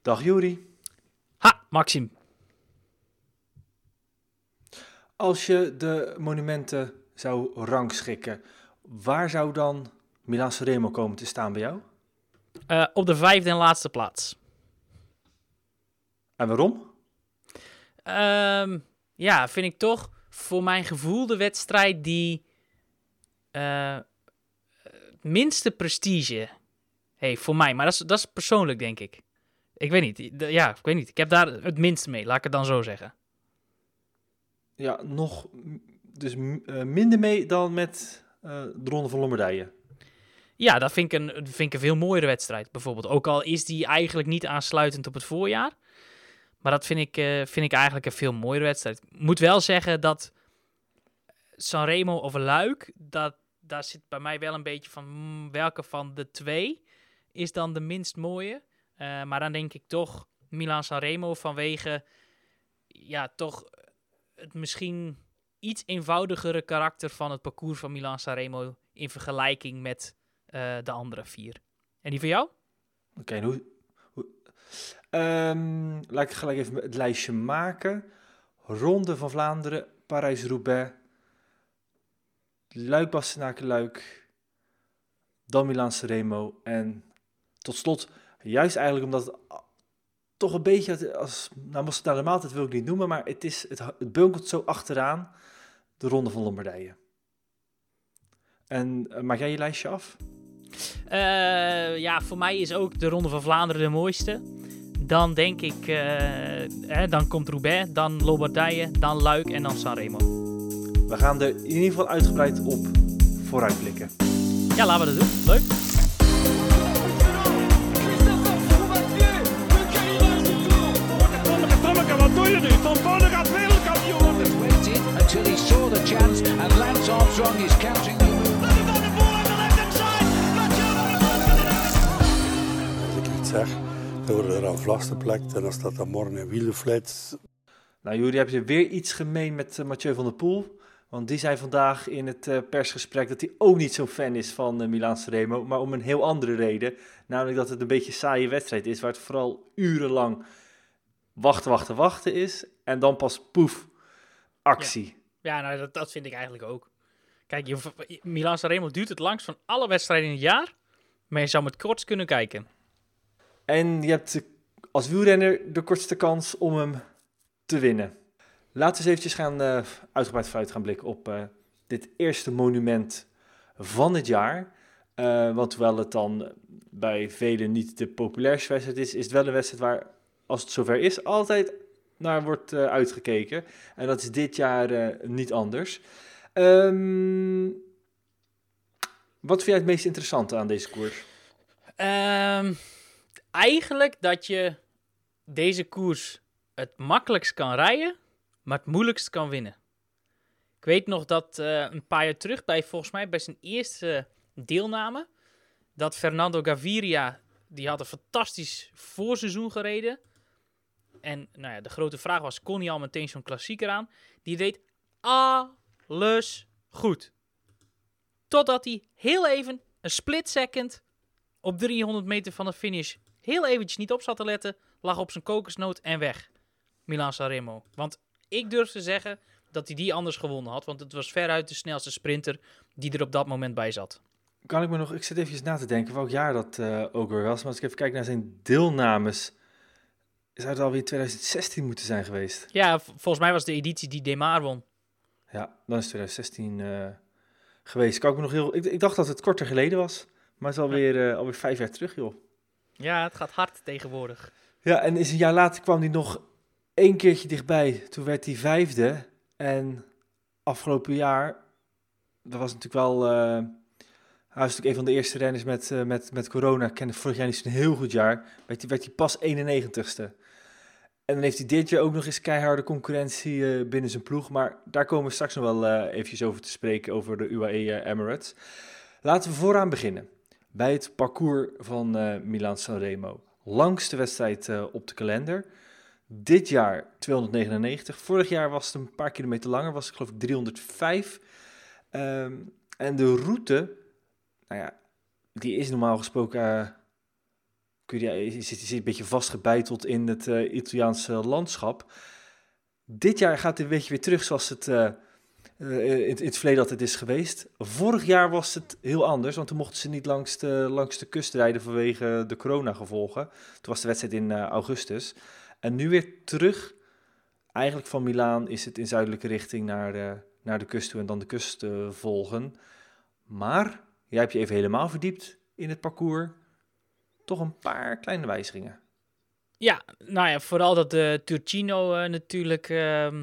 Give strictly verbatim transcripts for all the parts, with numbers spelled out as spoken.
Dag Juri. Ha, Maxim. Als je de monumenten zou rangschikken, waar zou dan Milaan-San Remo komen te staan bij jou? Uh, op de vijfde en laatste plaats. En waarom? Um, ja, vind ik toch voor mijn gevoel de wedstrijd die uh, het minste prestige heeft voor mij. Maar dat is, dat is persoonlijk, denk ik. Ik weet niet. Ja, ik weet niet. Ik heb daar het minste mee, laat ik het dan zo zeggen. Ja, nog dus uh, minder mee dan met uh, de Ronde van Lombardije. Ja, dat vind ik, een, vind ik een veel mooiere wedstrijd, bijvoorbeeld. Ook al is die eigenlijk niet aansluitend op het voorjaar. Maar dat vind ik, uh, vind ik eigenlijk een veel mooiere wedstrijd. Ik moet wel zeggen dat Sanremo of Luik, dat, daar zit bij mij wel een beetje van mm, welke van de twee is dan de minst mooie. Uh, maar dan denk ik toch Milaan-San Remo vanwege ja, toch het misschien iets eenvoudigere karakter van het parcours van Milaan-San Remo in vergelijking met uh, de andere vier. En die van jou? Oké, okay, hoe... hoe um, laat ik gelijk even het lijstje maken. Ronde van Vlaanderen, Parijs-Roubaix, Luik-Bastenaken-Luik, dan Milaan-San Remo en tot slot, juist eigenlijk omdat het toch een beetje, als, nou Mosterdam de maaltijd wil ik niet noemen, maar het, is, het, het bunkelt zo achteraan, de Ronde van Lombardije. En uh, maak jij je lijstje af? Uh, ja, voor mij is ook de Ronde van Vlaanderen de mooiste. Dan denk ik, uh, eh, dan komt Roubaix, dan Lombardije, dan Luik en dan Sanremo. We gaan er in ieder geval uitgebreid op vooruitblikken. Ja, laten we dat doen. Leuk. Until he saw the chance and Lance Armstrong is counting the move. Als ik iets zeg, dan worden er aan vlas geplakt en dan staat dan morgen een wielenflits. Nou, jullie hebben weer iets gemeen met uh, Mathieu van der Poel. Want die zei vandaag in het uh, persgesprek dat hij ook niet zo'n fan is van uh, Milaan-San Remo. Maar om een heel andere reden. Namelijk dat het een beetje een saaie wedstrijd is. Waar het vooral urenlang wachten, wachten, wachten is. En dan pas poef, actie. Ja, ja nou, dat, dat vind ik eigenlijk ook. Kijk, je, Milaan-San Remo duurt het langst van alle wedstrijden in het jaar. Maar je zou met korts kunnen kijken. En je hebt als wielrenner de kortste kans om hem te winnen. Laten we eens eventjes gaan, uh, uitgebreid vooruit gaan blikken op uh, dit eerste monument van het jaar. Uh, want terwijl het dan bij velen niet de populairste wedstrijd is, is het wel een wedstrijd waar, als het zover is, altijd naar wordt uh, uitgekeken. En dat is dit jaar uh, niet anders. Um, wat vind jij het meest interessante aan deze koers? Um, eigenlijk dat je deze koers het makkelijkst kan rijden, maar het moeilijkst kan winnen. Ik weet nog dat uh, een paar jaar terug, bij volgens mij bij zijn eerste deelname, dat Fernando Gaviria, die had een fantastisch voorseizoen gereden. En nou ja, de grote vraag was, kon hij al meteen zo'n klassieker aan? Die deed alles goed. Totdat hij heel even, een split second, op driehonderd meter van de finish, heel eventjes niet op zat te letten, lag op zijn kokosnoot en weg. Milaan-San Remo. Want ik durf te zeggen dat hij die anders gewonnen had. Want het was veruit de snelste sprinter die er op dat moment bij zat. Kan ik me nog... Ik zit even na te denken welk jaar dat uh, ook weer was. Maar als ik even kijk naar zijn deelnames, zou het alweer twintig zestien moeten zijn geweest. Ja, v- volgens mij was de editie die Demar won. Ja, dan is het twintig zestien uh, geweest. Kan ik me nog heel... Ik, ik dacht dat het korter geleden was. Maar het is alweer, uh, alweer vijf jaar terug, joh. Ja, het gaat hard tegenwoordig. Ja, en is een jaar later kwam hij nog één keertje dichtbij. Toen werd hij vijfde. En afgelopen jaar, dat was natuurlijk wel... Uh, hij was natuurlijk een van de eerste renners met, uh, met, met corona. Ik kende vorig jaar niet zo'n heel goed jaar. Werd hij, werd hij pas eenennegentigste. En dan heeft hij dit jaar ook nog eens keiharde concurrentie uh, binnen zijn ploeg. Maar daar komen we straks nog wel uh, eventjes over te spreken, over de U A E uh, Emirates. Laten we vooraan beginnen. Bij het parcours van uh, Milaan-San Remo. Langste wedstrijd uh, op de kalender. Dit jaar tweehonderdnegenennegentig. Vorig jaar was het een paar kilometer langer. Was het geloof ik driehonderdvijf. Um, en de route, nou ja, die is normaal gesproken uh, kun je, je, zit, je zit een beetje vastgebeiteld in het uh, Italiaanse landschap. Dit jaar gaat het een beetje weer terug zoals het uh, uh, in, in het verleden altijd is geweest. Vorig jaar was het heel anders, want toen mochten ze niet langs de, langs de kust rijden vanwege de coronagevolgen. Toen was de wedstrijd in uh, augustus. En nu weer terug. Eigenlijk van Milaan is het in zuidelijke richting naar, uh, naar de kust toe en dan de kust uh, volgen. Maar jij hebt je even helemaal verdiept in het parcours. Toch een paar kleine wijzigingen. Ja, nou ja, vooral dat de Turchino uh, natuurlijk uh, uh,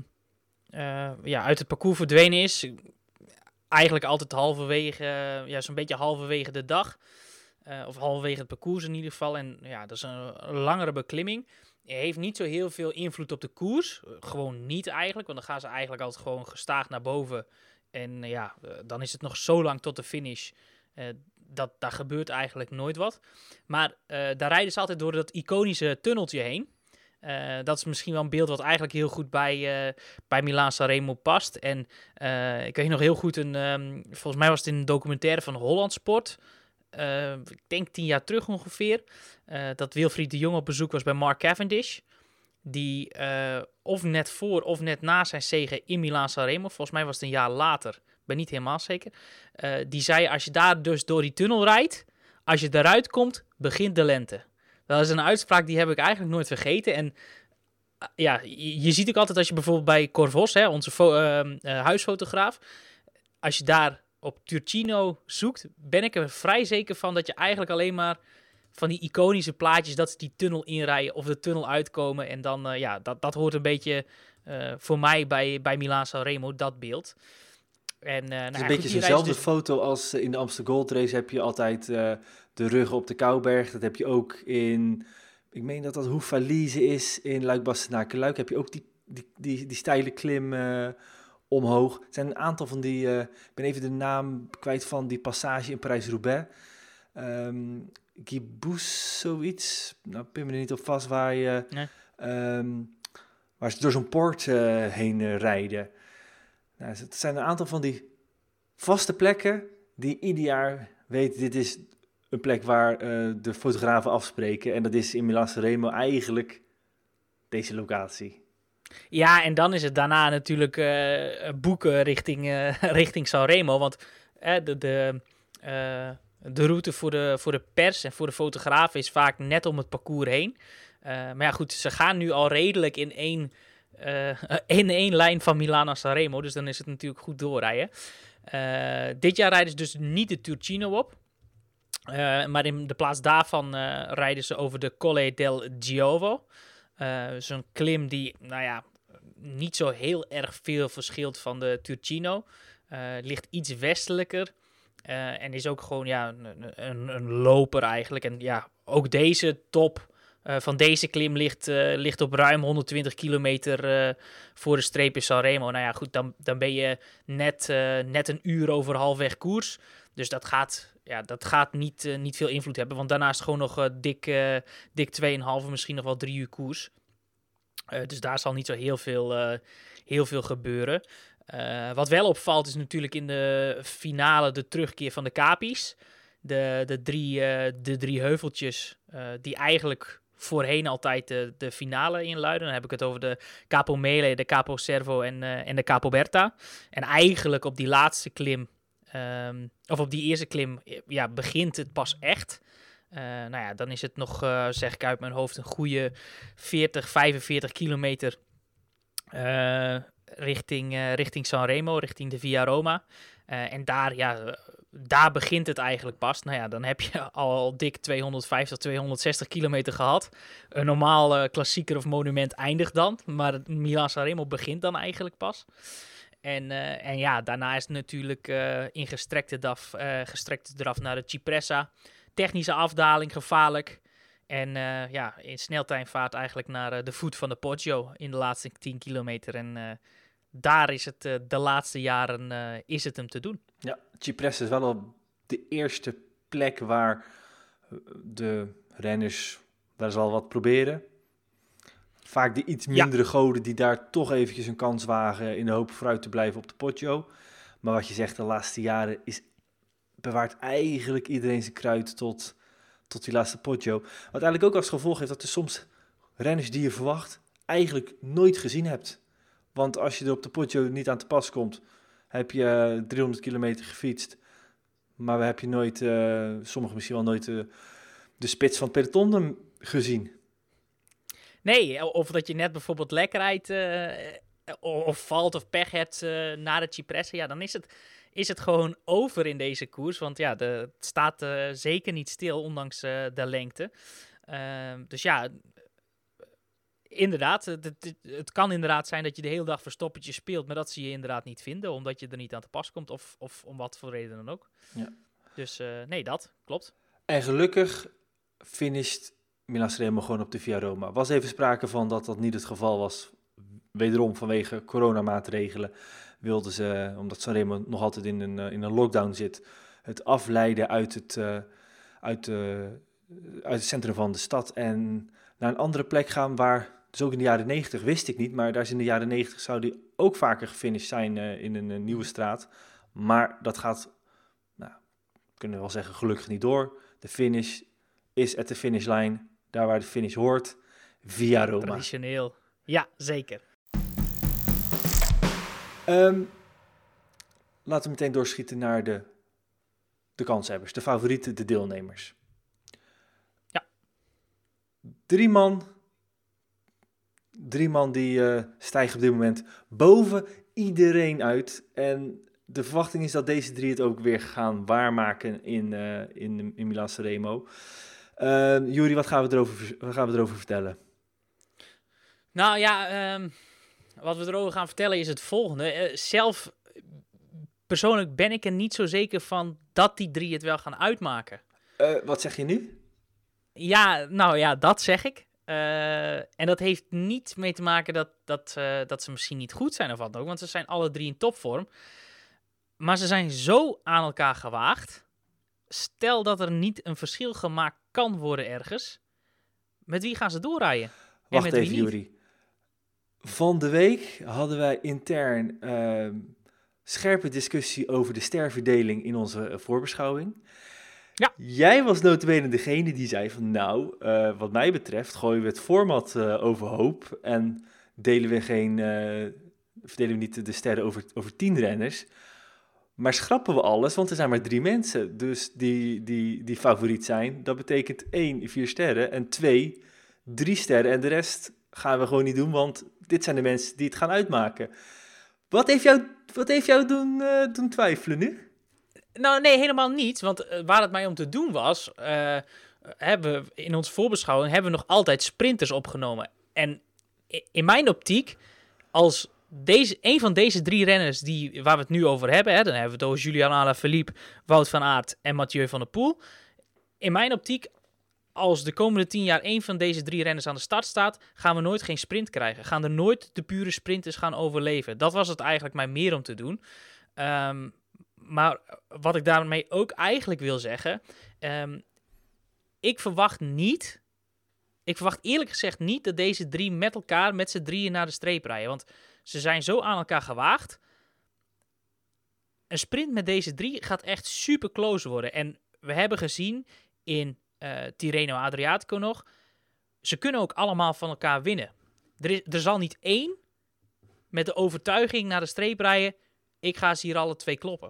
ja, uit het parcours verdwenen is. Eigenlijk altijd halverwege, uh, ja, zo'n beetje halverwege de dag. Uh, of halverwege het parcours in ieder geval. En ja, dat is een, een langere beklimming. Heeft niet zo heel veel invloed op de koers. Uh, gewoon niet eigenlijk, want dan gaan ze eigenlijk altijd gewoon gestaag naar boven. En uh, ja, uh, dan is het nog zo lang tot de finish. Uh, dat, daar gebeurt eigenlijk nooit wat. Maar uh, daar rijden ze altijd door dat iconische tunneltje heen. Uh, dat is misschien wel een beeld wat eigenlijk heel goed bij, uh, bij Milaan-San Remo past. En uh, ik weet nog heel goed, een, um, volgens mij was het in een documentaire van Holland Sport. Uh, ik denk tien jaar terug ongeveer. Uh, dat Wilfried de Jong op bezoek was bij Mark Cavendish. Die uh, of net voor of net na zijn zege in Milaan-San Remo, volgens mij was het een jaar later, ik ben niet helemaal zeker. Uh, die zei, als je daar dus door die tunnel rijdt, als je eruit komt, begint de lente. Dat is een uitspraak die heb ik eigenlijk nooit vergeten. En uh, ja, je, je ziet ook altijd als je bijvoorbeeld bij Cor Vos, hè, onze fo- uh, uh, huisfotograaf, als je daar op Turchino zoekt, ben ik er vrij zeker van dat je eigenlijk alleen maar van die iconische plaatjes, dat ze die tunnel inrijden of de tunnel uitkomen. En dan, uh, ja, dat, dat hoort een beetje uh, voor mij bij, bij Milaan-San Remo, dat beeld. En, uh, nou het is ja, een goed, beetje die dezelfde dus foto als in de Amstel Gold Race heb je altijd uh, de rug op de Kouberg. Dat heb je ook in, ik meen dat dat Houffalize is, in Luik-Bastenaken-Luik heb je ook die, die, die, die steile klim uh, omhoog. Het zijn een aantal van die, uh, ik ben even de naam kwijt van die passage in Parijs-Roubaix. Um, Gibous, zoiets. Nou, pin me er niet op vast waar je, Nee. um, waar ze door zo'n poort uh, heen uh, rijden. Nou, het zijn een aantal van die vaste plekken die ieder jaar weten, dit is een plek waar uh, de fotografen afspreken. En dat is in Milaan-San Remo eigenlijk deze locatie. Ja, en dan is het daarna natuurlijk uh, boeken richting, uh, richting San Remo. Want uh, de, de, uh, de route voor de, voor de pers en voor de fotografen is vaak net om het parcours heen. Uh, maar ja, goed, ze gaan nu al redelijk in één, uh, in één lijn van Milaan naar San Remo. Dus dan is het natuurlijk goed doorrijden. Uh, dit jaar rijden ze dus niet de Turchino op. Uh, maar in de plaats daarvan uh, rijden ze over de Colle del Giovo. Uh, Zo'n klim die, nou ja, niet zo heel erg veel verschilt van de Turchino. Uh, ligt iets westelijker. Uh, en is ook gewoon, ja, een, een, een loper eigenlijk. En ja, ook deze top uh, van deze klim ligt, uh, ligt op ruim honderdtwintig kilometer uh, voor de streep in San Remo. Nou ja, goed, dan, dan ben je net, uh, net een uur over halfweg koers. Dus dat gaat, ja, dat gaat niet, uh, niet veel invloed hebben. Want daarna is het gewoon nog uh, dik, uh, dik twee komma vijf, misschien nog wel drie uur koers. Uh, dus daar zal niet zo heel veel, uh, heel veel gebeuren. Uh, wat wel opvalt is natuurlijk in de finale de terugkeer van de Capi's. De, de, drie, uh, de drie heuveltjes uh, die eigenlijk voorheen altijd de, de finale inluiden. Dan heb ik het over de Capo Mele, de Capo Servo en, uh, en de Capo Berta. En eigenlijk op die laatste klim, um, of op die eerste klim, ja, begint het pas echt. Uh, nou ja, dan is het nog, uh, zeg ik uit mijn hoofd, een goede veertig, vijfenveertig kilometer uh, richting, uh, richting San Remo, richting de Via Roma. Uh, en daar, ja, daar begint het eigenlijk pas. Nou ja, dan heb je al dik tweehonderdvijftig, tweehonderdzestig kilometer gehad. Een normaal uh, klassieker of monument eindigt dan, maar het Milaan-San Remo begint dan eigenlijk pas. En, uh, en ja, daarna is het natuurlijk uh, in gestrekte draf, uh, gestrekte draf naar de Cipressa. Technische afdaling, gevaarlijk. En uh, ja, in sneltreinvaart eigenlijk naar uh, de voet van de Poggio in de laatste tien kilometer. En uh, daar is het uh, de laatste jaren uh, is het hem te doen. Ja, Cipressa is wel al de eerste plek waar de renners daar zal wat proberen. Vaak de iets mindere ja. goden die daar toch eventjes een kans wagen in de hoop vooruit te blijven op de Poggio. Maar wat je zegt, de laatste jaren is bewaart eigenlijk iedereen zijn kruid tot, tot die laatste Poggio. Wat eigenlijk ook als gevolg heeft dat er soms renners die je verwacht eigenlijk nooit gezien hebt. Want als je er op de Poggio niet aan te pas komt, heb je driehonderd kilometer gefietst. Maar we heb je nooit, uh, sommigen misschien wel nooit uh, de spits van het peloton gezien. Nee, of dat je net bijvoorbeeld lek rijdt uh, of valt of pech hebt uh, na de Cipressa. Ja, dan is het, is het gewoon over in deze koers. Want ja, de, het staat uh, zeker niet stil, ondanks uh, de lengte. Uh, dus ja, inderdaad, het, het, het kan inderdaad zijn dat je de hele dag verstoppertje speelt, maar dat ze je inderdaad niet vinden, omdat je er niet aan te pas komt, of, of om wat voor reden dan ook. Ja. Dus uh, nee, dat klopt. En gelukkig finisht Milan-Sanremo gewoon op de Via Roma. Was even sprake van dat dat niet het geval was. Wederom vanwege coronamaatregelen wilden ze, omdat Sanremo nog altijd in een, in een lockdown zit, het afleiden uit het, uh, uit, uh, uit het centrum van de stad en naar een andere plek gaan waar, dus ook in de jaren negentig, wist ik niet, maar daar is in de jaren negentig zou die ook vaker gefinished zijn uh, in een, een nieuwe straat. Maar dat gaat, nou, kunnen we wel zeggen, gelukkig niet door. De finish is at de finishlijn, daar waar de finish hoort, Via Roma. Traditioneel, ja, zeker. Um, laten we meteen doorschieten naar de, de kanshebbers, de favorieten, de deelnemers. Ja. Drie man, drie man die uh, stijgen op dit moment boven iedereen uit. En de verwachting is dat deze drie het ook weer gaan waarmaken in, uh, in, in Milan-Sanremo. Uh, Juri, wat gaan we erover, wat gaan we erover vertellen? Nou ja, um, wat we erover gaan vertellen is het volgende. Uh, zelf, persoonlijk ben ik er niet zo zeker van dat die drie het wel gaan uitmaken. Uh, wat zeg je nu? Ja, nou ja, dat zeg ik. Uh, en dat heeft niet mee te maken dat, dat, uh, dat ze misschien niet goed zijn of wat ook, want ze zijn alle drie in topvorm. Maar ze zijn zo aan elkaar gewaagd. Stel dat er niet een verschil gemaakt kan worden ergens. Met wie gaan ze doorrijden? Wacht even, Juri. Van de week hadden wij intern uh, scherpe discussie over de sterverdeling in onze uh, voorbeschouwing. Ja. Jij was nota bene degene die zei van nou, uh, wat mij betreft gooien we het format uh, overhoop en delen we geen, uh, verdelen we niet de sterren over, over tien renners, maar schrappen we alles, want er zijn maar drie mensen dus die, die, die favoriet zijn. Dat betekent één, vier sterren en twee, drie sterren en de rest gaan we gewoon niet doen, want dit zijn de mensen die het gaan uitmaken. Wat heeft jou, wat heeft jou doen, uh, doen twijfelen nu? Nou, nee, helemaal niet. Want uh, waar het mij om te doen was, uh, hebben we in onze voorbeschouwing hebben we nog altijd sprinters opgenomen. En in mijn optiek, als deze, een van deze drie renners die, waar we het nu over hebben, hè, dan hebben we het over Julian Alaphilippe, Wout van Aert en Mathieu van der Poel. In mijn optiek, als de komende tien jaar één van deze drie renners aan de start staat, gaan we nooit geen sprint krijgen. Gaan er nooit de pure sprinters gaan overleven. Dat was het eigenlijk mij meer om te doen. Um, maar wat ik daarmee ook eigenlijk wil zeggen, um, ik verwacht niet, ik verwacht eerlijk gezegd niet dat deze drie met elkaar, met z'n drieën naar de streep rijden. Want ze zijn zo aan elkaar gewaagd. Een sprint met deze drie gaat echt super close worden. En we hebben gezien in uh, Tirreno Adriatico nog, ze kunnen ook allemaal van elkaar winnen. Er, is, er zal niet één met de overtuiging naar de streep rijden, ik ga ze hier alle twee kloppen.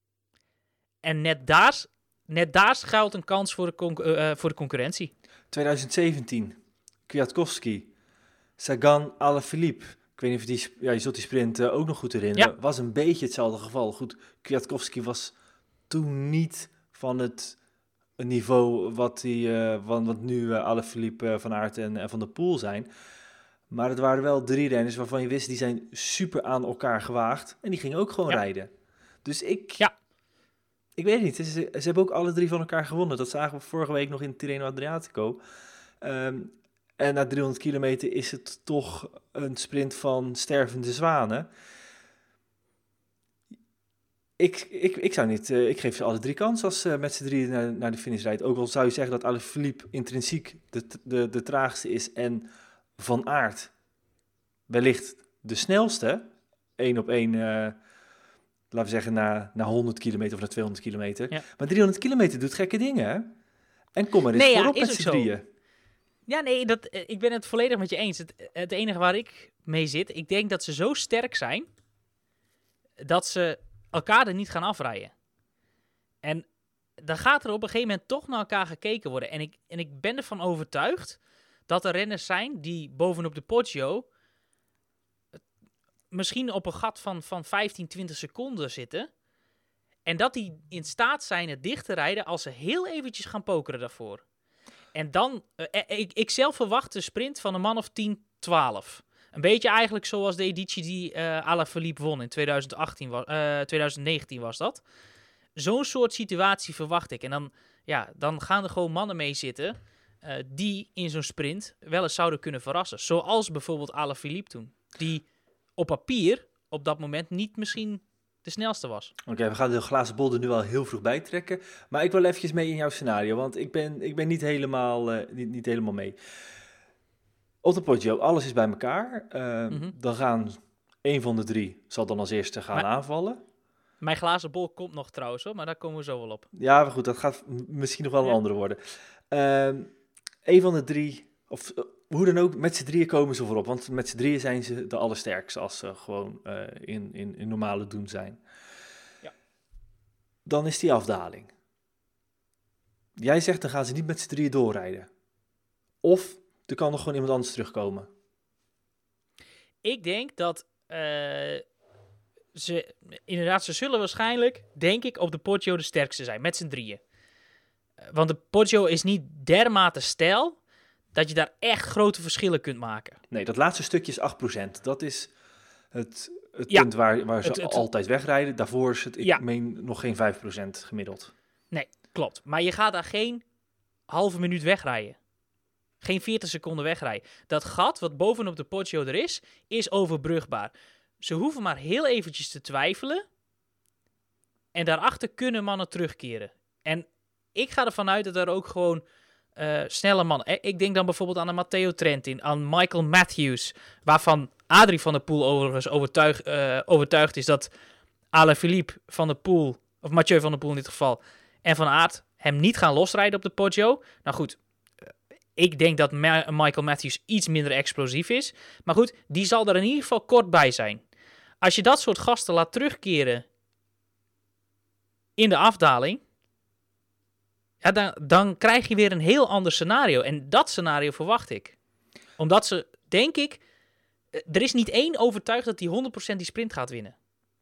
En net daar, net daar schuilt een kans voor de, conc- uh, voor de concurrentie. twintig zeventien, Kwiatkowski, Sagan, Alaphilippe. Ik weet niet of die, ja, je zult die sprint uh, ook nog goed herinneren. Ja. Was een beetje hetzelfde geval. Goed, Kwiatkowski was toen niet van het niveau wat, die, uh, wat, wat nu uh, Alaphilippe, uh, Van Aert en, en Van der Poel zijn. Maar het waren wel drie renners waarvan je wist, die zijn super aan elkaar gewaagd. En die gingen ook gewoon ja. rijden. Dus ik... Ja. Ik weet het niet. Ze, ze hebben ook alle drie van elkaar gewonnen. Dat zagen we vorige week nog in Tirreno Adriatico. Um, en na driehonderd kilometer is het toch een sprint van stervende zwanen. Ik, ik, ik zou niet... Uh, ik geef ze alle drie kans als uh, met z'n drieën naar, naar de finish rijdt. Ook al zou je zeggen dat Alaphilippe intrinsiek de, de, de traagste is en Van Aert wellicht de snelste. Eén op één... Uh, laten we zeggen, na, na honderd kilometer of na tweehonderd kilometer. Ja. Maar driehonderd kilometer doet gekke dingen, hè? En kom maar eens Nee, ja, voorop is met ook z'n zo. drieën. Ja, nee, dat, eh, ik ben het volledig met je eens. Het, het enige waar ik mee zit, ik denk dat ze zo sterk zijn dat ze elkaar er niet gaan afrijden. En dan gaat er op een gegeven moment toch naar elkaar gekeken worden. En ik, en ik ben ervan overtuigd dat er renners zijn die bovenop de Poggio misschien op een gat van, van vijftien, twintig seconden zitten. En dat die in staat zijn het dicht te rijden als ze heel eventjes gaan pokeren daarvoor. En dan, uh, ik, ik zelf verwacht een sprint van een man of tien, twaalf. Een beetje eigenlijk zoals de editie die uh, Alaphilippe won in twintig achttien, uh, twintig negentien was dat. Zo'n soort situatie verwacht ik. En dan, ja, dan gaan er gewoon mannen mee zitten uh, die in zo'n sprint wel eens zouden kunnen verrassen. Zoals bijvoorbeeld Alaphilippe toen. Die op papier op dat moment niet misschien de snelste was. Oké, okay, we gaan de glazen bol er nu al heel vroeg bij trekken. Maar ik wil eventjes mee in jouw scenario, want ik ben, ik ben niet, helemaal, uh, niet, niet helemaal mee. Op de Poggio, alles is bij elkaar. Uh, mm-hmm. Dan gaan één van de drie, zal dan als eerste gaan maar, aanvallen. Mijn glazen bol komt nog trouwens, hoor, maar daar komen we zo wel op. Ja, maar goed, dat gaat misschien nog wel een ja. andere worden. Uh, Eén van de drie, of uh, hoe dan ook, met z'n drieën komen ze voorop. Want met z'n drieën zijn ze de allersterkste als ze gewoon uh, in, in, in normale doen zijn. Ja. Dan is die afdaling. Jij zegt, dan gaan ze niet met z'n drieën doorrijden. Of er kan nog gewoon iemand anders terugkomen. Ik denk dat uh, ze, inderdaad, ze zullen waarschijnlijk, denk ik, op de Poggio de sterkste zijn, met z'n drieën. Uh, want de Poggio is niet dermate steil dat je daar echt grote verschillen kunt maken. Nee, dat laatste stukje is acht procent. Dat is het, het ja, punt waar, waar ze het, het, altijd wegrijden. Daarvoor is het, ik ja. meen, nog geen vijf procent gemiddeld. Nee, klopt. Maar je gaat daar geen halve minuut wegrijden. Geen veertig seconden wegrijden. Dat gat wat bovenop de Poggio er is, is overbrugbaar. Ze hoeven maar heel eventjes te twijfelen. En daarachter kunnen mannen terugkeren. En ik ga ervan uit dat er ook gewoon uh, snelle mannen... Ik denk dan bijvoorbeeld aan een Matteo Trentin, aan Michael Matthews, waarvan Adrie van der Poel overigens overtuig, uh, overtuigd is dat Alaphilippe van der Poel, of Mathieu van der Poel in dit geval, en Van Aert hem niet gaan losrijden op de Poggio. Nou goed, ik denk dat Ma- Michael Matthews iets minder explosief is. Maar goed, die zal er in ieder geval kort bij zijn. Als je dat soort gasten laat terugkeren in de afdaling, ja, dan, dan krijg je weer een heel ander scenario. En dat scenario verwacht ik. Omdat ze, denk ik, er is niet één overtuigd dat die honderd procent die sprint gaat winnen.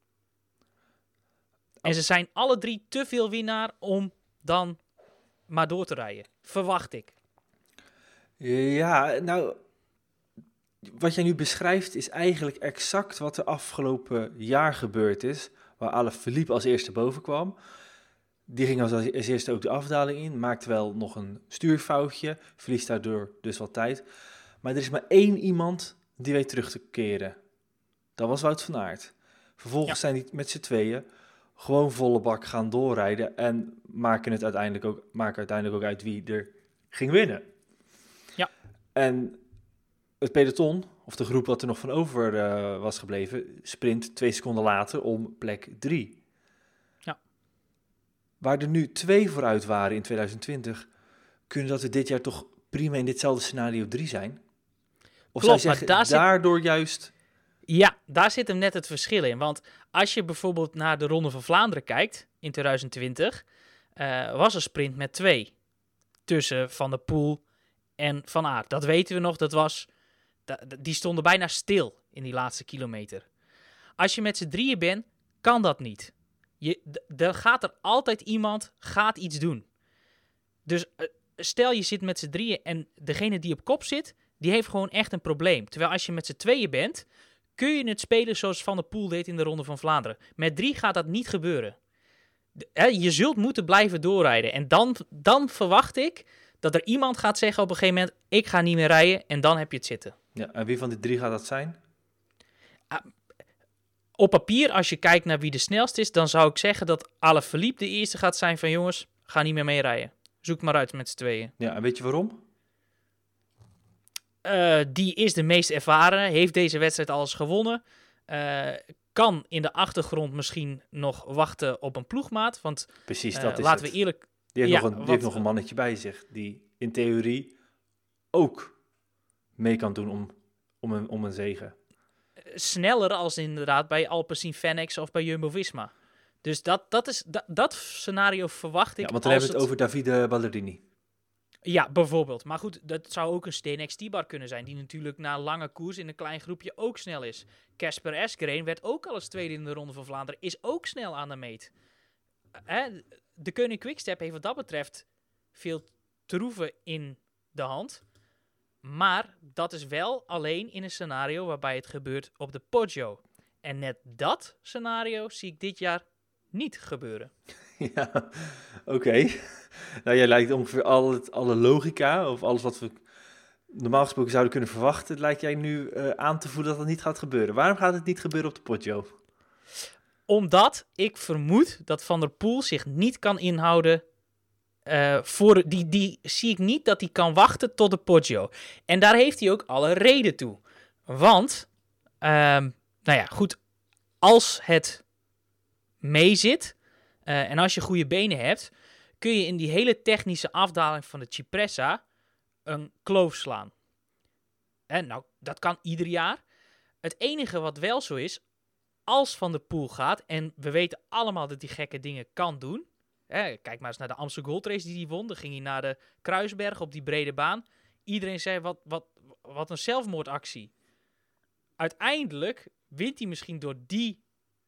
En ze zijn alle drie te veel winnaar om dan maar door te rijden. Verwacht ik. Ja, nou, wat jij nu beschrijft is eigenlijk exact wat er afgelopen jaar gebeurd is. Waar Alaphilippe als eerste boven kwam. Die ging als eerste ook de afdaling in. Maakt wel nog een stuurfoutje. Verliest daardoor dus wat tijd. Maar er is maar één iemand die weet terug te keren. Dat was Wout van Aert. Vervolgens ja. zijn die met z'n tweeën gewoon volle bak gaan doorrijden. En maken het uiteindelijk ook, maken uiteindelijk ook uit wie er ging winnen. Ja. En het peloton, of de groep wat er nog van over uh, was gebleven, sprint twee seconden later om plek drie. Ja. Waar er nu twee vooruit waren in twintig twintig, kunnen dat er dit jaar toch prima in ditzelfde scenario drie zijn? Of Klopt, zou je zeggen, daar daardoor zit... juist... Ja, daar zit hem net het verschil in. Want als je bijvoorbeeld naar de Ronde van Vlaanderen kijkt in twintig twintig, uh, was een sprint met twee. Tussen Van der Poel en Van Aert. Dat weten we nog, dat was... Die stonden bijna stil in die laatste kilometer. Als je met z'n drieën bent, kan dat niet. Je, d- er gaat er altijd iemand, gaat iets doen. Dus uh, stel je zit met z'n drieën en degene die op kop zit, die heeft gewoon echt een probleem. Terwijl als je met z'n tweeën bent, kun je het spelen zoals Van der Poel deed in de Ronde van Vlaanderen. Met drie gaat dat niet gebeuren. De, hè, je zult moeten blijven doorrijden. En dan, dan verwacht ik dat er iemand gaat zeggen op een gegeven moment, ik ga niet meer rijden, en dan heb je het zitten. Ja, en wie van die drie gaat dat zijn? Uh, op papier, als je kijkt naar wie de snelst is, dan zou ik zeggen dat Alaphilippe de eerste gaat zijn van jongens, ga niet meer mee rijden. Zoek maar uit met z'n tweeën. Ja, en weet je waarom? Uh, die is de meest ervaren, heeft deze wedstrijd al eens gewonnen. Uh, kan in de achtergrond misschien nog wachten op een ploegmaat. Want Precies, uh, dat is laten het. we eerlijk... Die heeft, Ja, nog, een, die wat- heeft nog een mannetje bij zich, die in theorie ook mee kan doen om, om, een, om een zege. Sneller als inderdaad bij Alpecin Fenix of bij Jumbo-Visma. Dus dat, dat, is, dat, dat scenario verwacht ik. Ja, want dan als hebben we het over Davide Ballerini. Ja, bijvoorbeeld. Maar goed, dat zou ook een Stenex Tibar kunnen zijn, die natuurlijk na een lange koers in een klein groepje ook snel is. Casper Asgreen werd ook al eens tweede in de Ronde van Vlaanderen, is ook snel aan de meet. Hè? De Koning Quickstep heeft wat dat betreft veel troeven in de hand. Maar dat is wel alleen in een scenario waarbij het gebeurt op de Poggio. En net dat scenario zie ik dit jaar niet gebeuren. Ja, oké. Nou, jij lijkt ongeveer al het, alle logica, of alles wat we normaal gesproken zouden kunnen verwachten, lijkt jij nu uh, aan te voelen dat dat niet gaat gebeuren. Waarom gaat het niet gebeuren op de Poggio? Omdat ik vermoed dat Van der Poel zich niet kan inhouden. Uh, voor, die, die zie ik niet dat hij kan wachten tot de Poggio. En daar heeft hij ook alle reden toe. Want, um, nou ja, goed, als het meezit uh, en als je goede benen hebt, kun je in die hele technische afdaling van de Cipressa een kloof slaan. En nou, dat kan ieder jaar. Het enige wat wel zo is, als Van der Poel gaat, en we weten allemaal dat hij gekke dingen kan doen. Hè, kijk maar eens naar de Amstel Gold Race die hij won. Dan ging hij naar de Kruisberg op die brede baan. Iedereen zei, wat, wat, wat een zelfmoordactie. Uiteindelijk wint hij misschien door die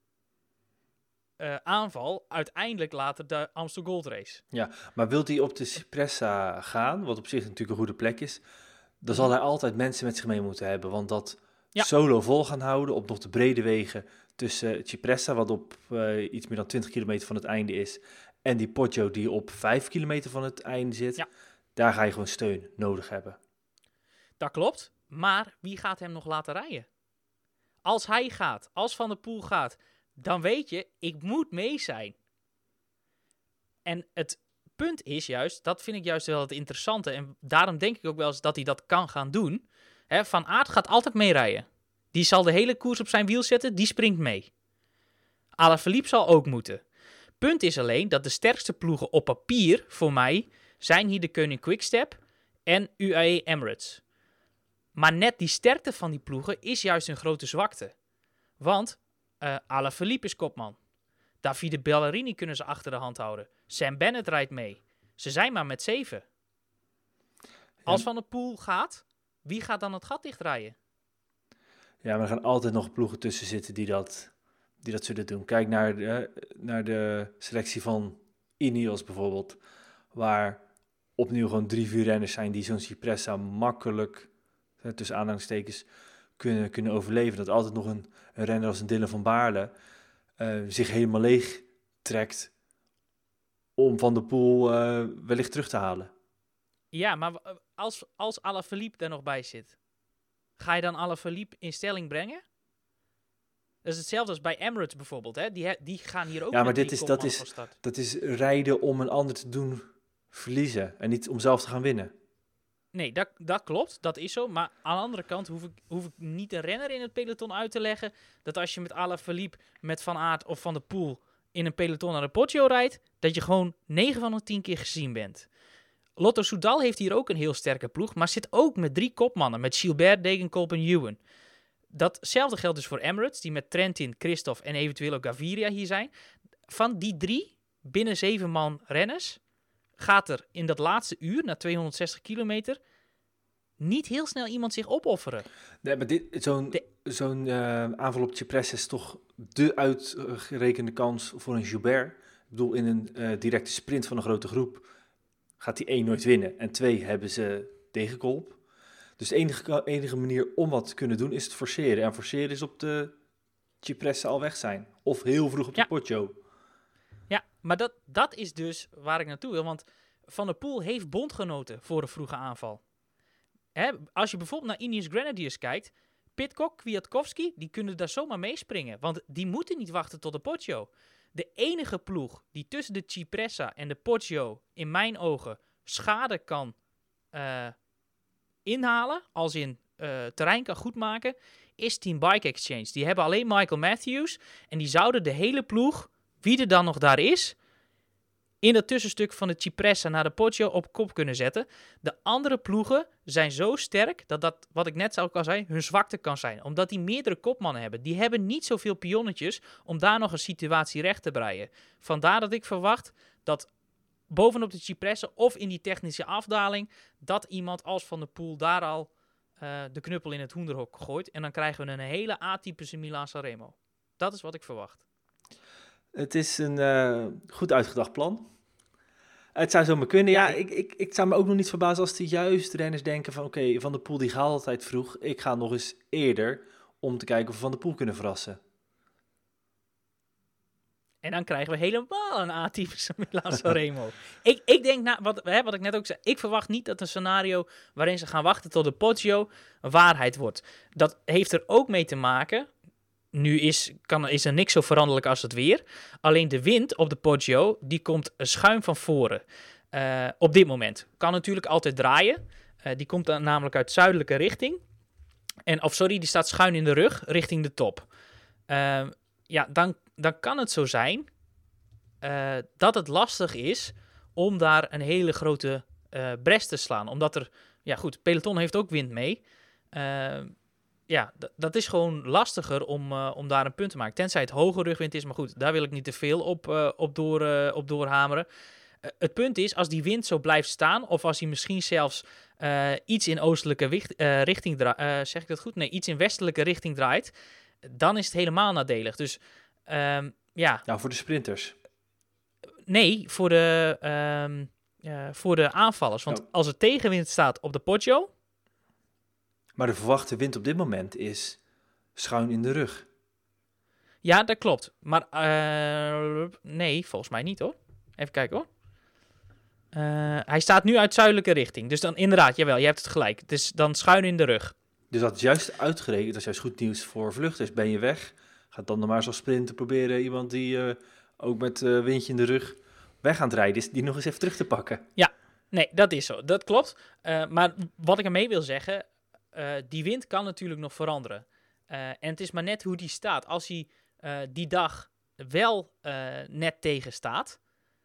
uh, aanval uiteindelijk later de Amstel Gold Race. Ja, maar wilt hij op de Cipressa gaan, wat op zich natuurlijk een goede plek is, dan zal hij altijd mensen met zich mee moeten hebben. Want dat ja. solo vol gaan houden op nog de brede wegen tussen Cipressa, wat op uh, iets meer dan twintig kilometer van het einde is, en die Poggio die op vijf kilometer van het einde zit, ja. daar ga je gewoon steun nodig hebben. Dat klopt, maar wie gaat hem nog laten rijden? Als hij gaat, als Van der Poel gaat, dan weet je, ik moet mee zijn. En het punt is juist, dat vind ik juist wel het interessante, en daarom denk ik ook wel eens dat hij dat kan gaan doen. Hè, Van Aert gaat altijd meerijden. Die zal de hele koers op zijn wiel zetten, die springt mee. Alaphilippe zal ook moeten. Punt is alleen dat de sterkste ploegen op papier, voor mij, zijn hier de Koning Quickstep en U A E Emirates. Maar net die sterkte van die ploegen is juist een grote zwakte. Want uh, Alaphilippe is kopman. Davide Ballerini kunnen ze achter de hand houden. Sam Bennett rijdt mee. Ze zijn maar met zeven. Als Van der Poel gaat, wie gaat dan het gat dichtrijden? Ja, maar er gaan altijd nog ploegen tussen zitten die dat, die dat zullen doen. Kijk naar de, naar de selectie van Ineos bijvoorbeeld, waar opnieuw gewoon drie, vier renners zijn die zo'n Cipressa makkelijk, tussen aanhalingstekens, kunnen, kunnen overleven. Dat altijd nog een, een renner als een Dylan van Baarle uh, zich helemaal leeg trekt om Van der Poel uh, wellicht terug te halen. Ja, maar als, als Alaphilippe er nog bij zit, ga je dan Alaphilippe in stelling brengen? Dat is hetzelfde als bij Emirates bijvoorbeeld. Hè? Die, die gaan hier ook ja, maar met dit is, dat is, dat is rijden om een ander te doen verliezen en niet om zelf te gaan winnen. Nee, dat, dat klopt. Dat is zo. Maar aan de andere kant hoef ik, hoef ik niet een renner in het peloton uit te leggen dat als je met Alaphilippe, met Van Aert of Van der Poel in een peloton naar de Poggio rijdt, dat je gewoon negen van de tien keer gezien bent. Lotto Soudal heeft hier ook een heel sterke ploeg, maar zit ook met drie kopmannen, met Gilbert, Degenkolb en Ewan. Datzelfde geldt dus voor Emirates, die met Trentin, Christophe en eventueel ook Gaviria hier zijn. Van die drie, binnen zeven man renners, gaat er in dat laatste uur, na tweehonderdzestig kilometer, niet heel snel iemand zich opofferen. Nee, maar dit, zo'n, de... zo'n uh, aanval op Cipressa is toch de uitgerekende kans voor een Gilbert. Ik bedoel, in een uh, directe sprint van een grote groep gaat die één nooit winnen. En twee hebben ze Degenkolb. Dus de enige, enige manier om wat te kunnen doen is het forceren. En forceren is op de Cipressa al weg zijn. Of heel vroeg op de ja. Poggio. Ja, maar dat, dat is dus waar ik naartoe wil. Want Van der Poel heeft bondgenoten voor een vroege aanval. Hè, als je bijvoorbeeld naar Ineos Grenadiers kijkt, Pidcock, Kwiatkowski, die kunnen daar zomaar meespringen. Want die moeten niet wachten tot de Poggio. De enige ploeg die tussen de Cipressa en de Poggio, in mijn ogen, schade kan uh, inhalen, als in uh, terrein kan goedmaken, is Team Bike Exchange. Die hebben alleen Michael Matthews en die zouden de hele ploeg, wie er dan nog daar is, in dat tussenstuk van de Cipressa naar de Poggio op kop kunnen zetten. De andere ploegen zijn zo sterk dat dat, wat ik net ook al zei, hun zwakte kan zijn. Omdat die meerdere kopmannen hebben. Die hebben niet zoveel pionnetjes om daar nog een situatie recht te breien. Vandaar dat ik verwacht dat bovenop de Cipressa of in die technische afdaling, dat iemand als Van der Poel daar al uh, de knuppel in het hoenderhok gooit. En dan krijgen we een hele atypische Milaan-Sanremo. Dat is wat ik verwacht. Het is een uh, goed uitgedacht plan. Het zou zomaar kunnen. Ja, Ja, ik, ik, ik zou me ook nog niet verbazen als de juist renners denken van... oké, okay, Van der Poel die gaat altijd vroeg. Ik ga nog eens eerder om te kijken of we Van der Poel kunnen verrassen. En dan krijgen we helemaal een atypische Milaan-Sanremo. ik, ik denk, nou, wat, hè, wat ik net ook zei, ik verwacht niet dat een scenario waarin ze gaan wachten tot de Poggio een waarheid wordt. Dat heeft er ook mee te maken... Nu is, kan, is er niks zo veranderlijk als het weer. Alleen de wind op de Poggio, die komt schuin van voren. Uh, op dit moment. Kan natuurlijk altijd draaien. Uh, die komt dan namelijk uit zuidelijke richting. En, of sorry, die staat schuin in de rug, richting de top. Uh, ja, dan, dan kan het zo zijn uh, dat het lastig is om daar een hele grote uh, bres te slaan. Omdat er, ja goed, peloton heeft ook wind mee. Uh, Ja, d- dat is gewoon lastiger om, uh, om daar een punt te maken. Tenzij het hoge rugwind is, maar goed, daar wil ik niet te veel op, uh, op, door, uh, op doorhameren. Uh, het punt is, als die wind zo blijft staan, of als hij misschien zelfs uh, iets in oostelijke wicht, uh, richting draait, uh, zeg ik dat goed? Nee, iets in westelijke richting draait, dan is het helemaal nadelig. Dus um, ja. Nou, voor de sprinters. Nee, voor de, um, uh, voor de aanvallers. Want oh. als er tegenwind staat op de Poggio... Maar de verwachte wind op dit moment is schuin in de rug. Ja, dat klopt. Maar uh, nee, volgens mij niet hoor. Even kijken hoor. Uh, hij staat nu uit zuidelijke richting. Dus dan inderdaad, jawel, je hebt het gelijk. Het is dan schuin in de rug. Dus dat is juist uitgerekend. Dat is juist goed nieuws voor vluchters. Ben je weg, gaat dan maar zoals sprinten proberen iemand die uh, ook met uh, windje in de rug weg aan het rijden is, die nog eens even terug te pakken. Ja, nee, dat is zo. Dat klopt. Uh, maar wat ik ermee wil zeggen... Uh, die wind kan natuurlijk nog veranderen. Uh, en het is maar net hoe die staat. Als hij uh, die dag wel uh, net tegen staat,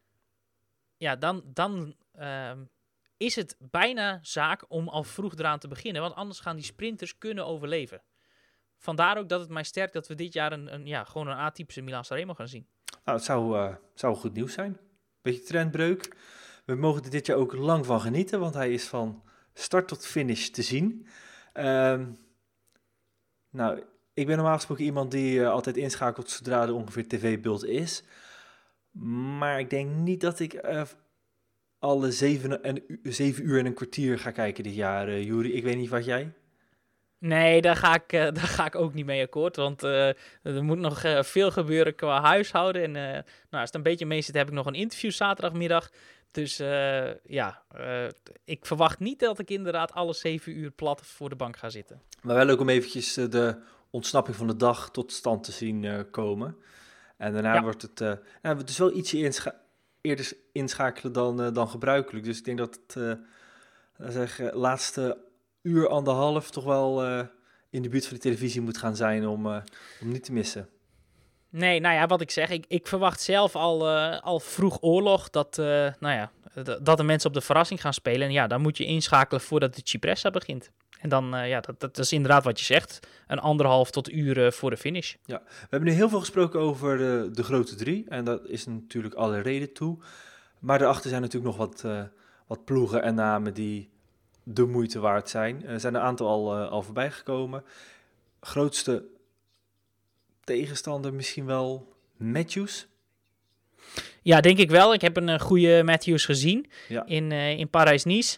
ja, dan, dan uh, is het bijna zaak om al vroeg eraan te beginnen. Want anders gaan die sprinters kunnen overleven. Vandaar ook dat het mij sterkt dat we dit jaar een, een, ja, gewoon een atypische Milaan-Sanremo gaan zien. Nou, het zou, uh, zou goed nieuws zijn. Beetje trendbreuk. We mogen er dit jaar ook lang van genieten, want hij is van start tot finish te zien. Um, nou, ik ben normaal gesproken iemand die uh, altijd inschakelt zodra er ongeveer tv-beeld is. Maar ik denk niet dat ik uh, alle zeven, en, zeven uur en een kwartier ga kijken dit jaar, uh, Juri. Ik weet niet wat jij? Nee, daar ga ik, uh, daar ga ik ook niet mee akkoord. Want uh, er moet nog uh, veel gebeuren qua huishouden. En uh, nou, als het een beetje mee zit, heb ik nog een interview zaterdagmiddag. Dus uh, ja, uh, ik verwacht niet dat ik inderdaad alle zeven uur plat voor de bank ga zitten. Maar wel ook om eventjes uh, de ontsnapping van de dag tot stand te zien uh, komen. En daarna ja. wordt het, uh, nou, het is wel ietsje inscha- eerder inschakelen dan, uh, dan gebruikelijk. Dus ik denk dat het uh, zeg, uh, laatste uur, anderhalf toch wel uh, in de buurt van de televisie moet gaan zijn om, uh, om niet te missen. Nee, nou ja, wat ik zeg, ik, ik verwacht zelf al, uh, al vroeg oorlog dat, uh, nou ja, d- dat de mensen op de verrassing gaan spelen. En ja, dan moet je inschakelen voordat de Cipressa begint. En dan, uh, ja, dat, dat is inderdaad wat je zegt, een anderhalf tot uur uh, voor de finish. Ja, we hebben nu heel veel gesproken over de, de grote drie. En dat is natuurlijk alle reden toe. Maar daarachter zijn natuurlijk nog wat, uh, wat ploegen en namen die de moeite waard zijn. Er zijn een aantal al, uh, al voorbij gekomen. Grootste tegenstander misschien wel Matthews? Ja, denk ik wel. Ik heb een uh, goede Matthews gezien ja. in, uh, in Parijs-Nice.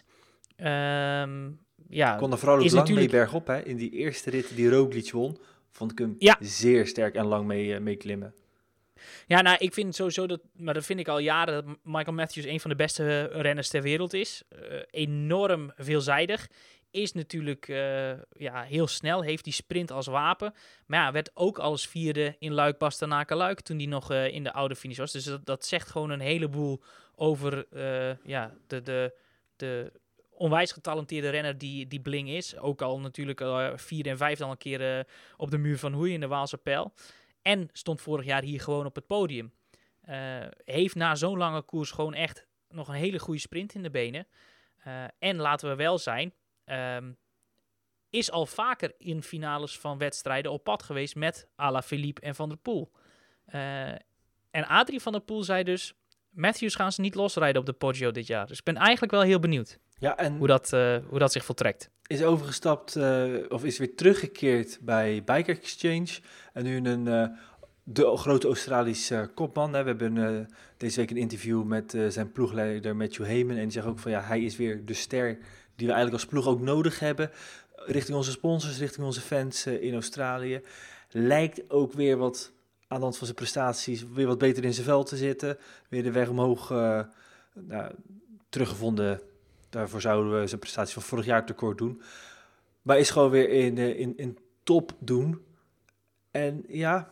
Um, ja, kon er vooral ook lang natuurlijk... mee bergop. Hè? In die eerste rit die Roglic won, vond ik hem ja. zeer sterk en lang mee, uh, mee klimmen. Ja, nou, ik vind sowieso dat, maar dat vind ik al jaren, dat Michael Matthews een van de beste renners ter wereld is. Uh, enorm veelzijdig. Is natuurlijk uh, ja, heel snel, heeft die sprint als wapen. Maar ja, werd ook als vierde in Luik-Bastenaken-Luik toen hij nog uh, in de oude finish was. Dus dat, dat zegt gewoon een heleboel over uh, ja, de, de, de onwijs getalenteerde renner die, die Bling is. Ook al natuurlijk uh, vierde en vijfde al een keer uh, op de muur van Hoei in de Waalse Pijl. En stond vorig jaar hier gewoon op het podium. Uh, heeft na zo'n lange koers gewoon echt nog een hele goede sprint in de benen. Uh, en laten we wel zijn, um, is al vaker in finales van wedstrijden op pad geweest met Alaphilippe en Van der Poel. Uh, en Adrie van der Poel zei dus, Matthews gaan ze niet losrijden op de Poggio dit jaar. Dus ik ben eigenlijk wel heel benieuwd ja, en hoe, dat, uh, hoe dat zich voltrekt. Is overgestapt, uh, of is weer teruggekeerd bij Bike Exchange. En nu een, uh, de grote Australische uh, kopman. Hè. We hebben uh, deze week een interview met uh, zijn ploegleider Matthew Hayman. En die zegt ook van ja, hij is weer de ster die we eigenlijk als ploeg ook nodig hebben. Richting onze sponsors, richting onze fans uh, in Australië. Lijkt ook weer wat aan de hand van zijn prestaties weer wat beter in zijn vel te zitten. Weer de weg omhoog uh, nou, teruggevonden. Daarvoor zouden we zijn prestatie van vorig jaar tekort doen. Maar is gewoon weer in, in, in top doen. En ja,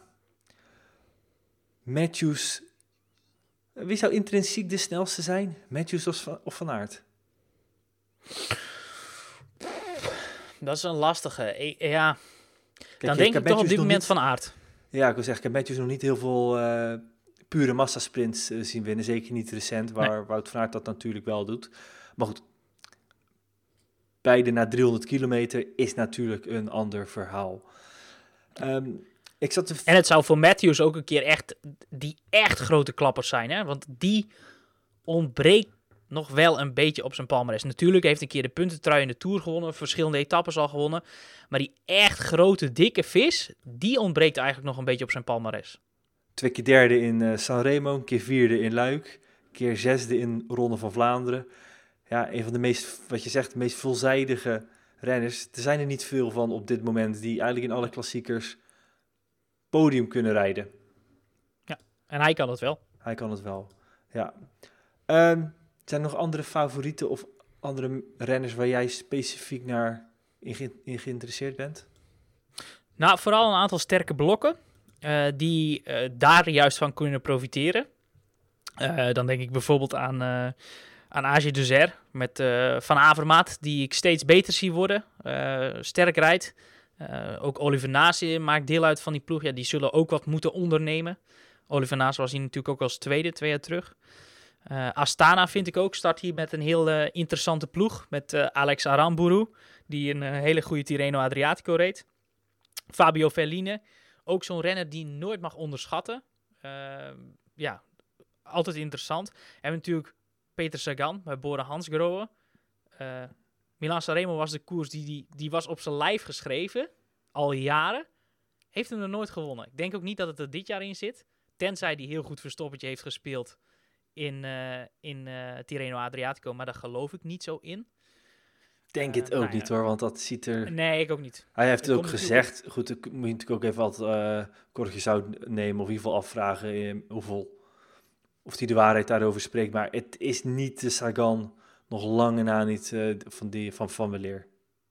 Matthews. Wie zou intrinsiek de snelste zijn? Matthews of Van, of Van Aert? Dat is een lastige. Ik, ja, Kijk, dan denk ik, ik toch op dit moment niet, Van Aert. Ja, ik wil zeggen, ik heb Matthews nog niet heel veel uh, pure massasprints uh, zien winnen. Zeker niet recent, waar nee. Wout van Aert dat natuurlijk wel doet. Maar goed, beide na driehonderd kilometer is natuurlijk een ander verhaal. Um, ik zat te v- en het zou voor Matthews ook een keer echt die echt grote klappers zijn, hè? Want die ontbreekt nog wel een beetje op zijn palmares. Natuurlijk heeft een keer de puntentrui in de Tour gewonnen, verschillende etappes al gewonnen. Maar die echt grote, dikke vis, die ontbreekt eigenlijk nog een beetje op zijn palmares. Twee keer derde in uh, Sanremo, een keer vierde in Luik, een keer zesde in Ronde van Vlaanderen. Ja, een van de meest, wat je zegt, de meest veelzijdige renners. Er zijn er niet veel van op dit moment die eigenlijk in alle klassiekers podium kunnen rijden. Ja, en hij kan het wel. Hij kan het wel, ja. Um, zijn er nog andere favorieten of andere renners waar jij specifiek naar in, ge- in geïnteresseerd bent? Nou, vooral een aantal sterke blokken uh, die uh, daar juist van kunnen profiteren. Uh, dan denk ik bijvoorbeeld aan... Uh, aan A G Dessert met uh, Van Avermaet, die ik steeds beter zie worden. Uh, sterk rijdt. Uh, ook Oliver Nase maakt deel uit van die ploeg. Ja, die zullen ook wat moeten ondernemen. Oliver Nase was hier natuurlijk ook als tweede, twee jaar terug. Uh, Astana vind ik ook, start hier met een heel uh, interessante ploeg. Met uh, Alex Aramburu, die een uh, hele goede Tirreno Adriatico reed. Fabio Verline, ook zo'n renner die nooit mag onderschatten. Uh, ja, altijd interessant. En natuurlijk Peter Sagan bij Bora Hansgrohe. Uh, Milan-Sanremo was de koers die, die, die was op zijn lijf geschreven. Al jaren. Heeft hem er nooit gewonnen. Ik denk ook niet dat het er dit jaar in zit. Tenzij hij heel goed verstoppertje heeft gespeeld in, uh, in uh, Tirreno Adriatico. Maar daar geloof ik niet zo in. Ik denk uh, het ook nou niet ja. hoor, want dat ziet er... Nee, ik ook niet. Hij heeft het ook gezegd. Natuurlijk... Goed, dan moet je natuurlijk ook even wat uh, kortjes uit nemen. Of in ieder geval afvragen uh, hoeveel... Of hij de waarheid daarover spreekt. Maar het is niet de Sagan, nog lang en na niet uh, van, die, van Van Weleer.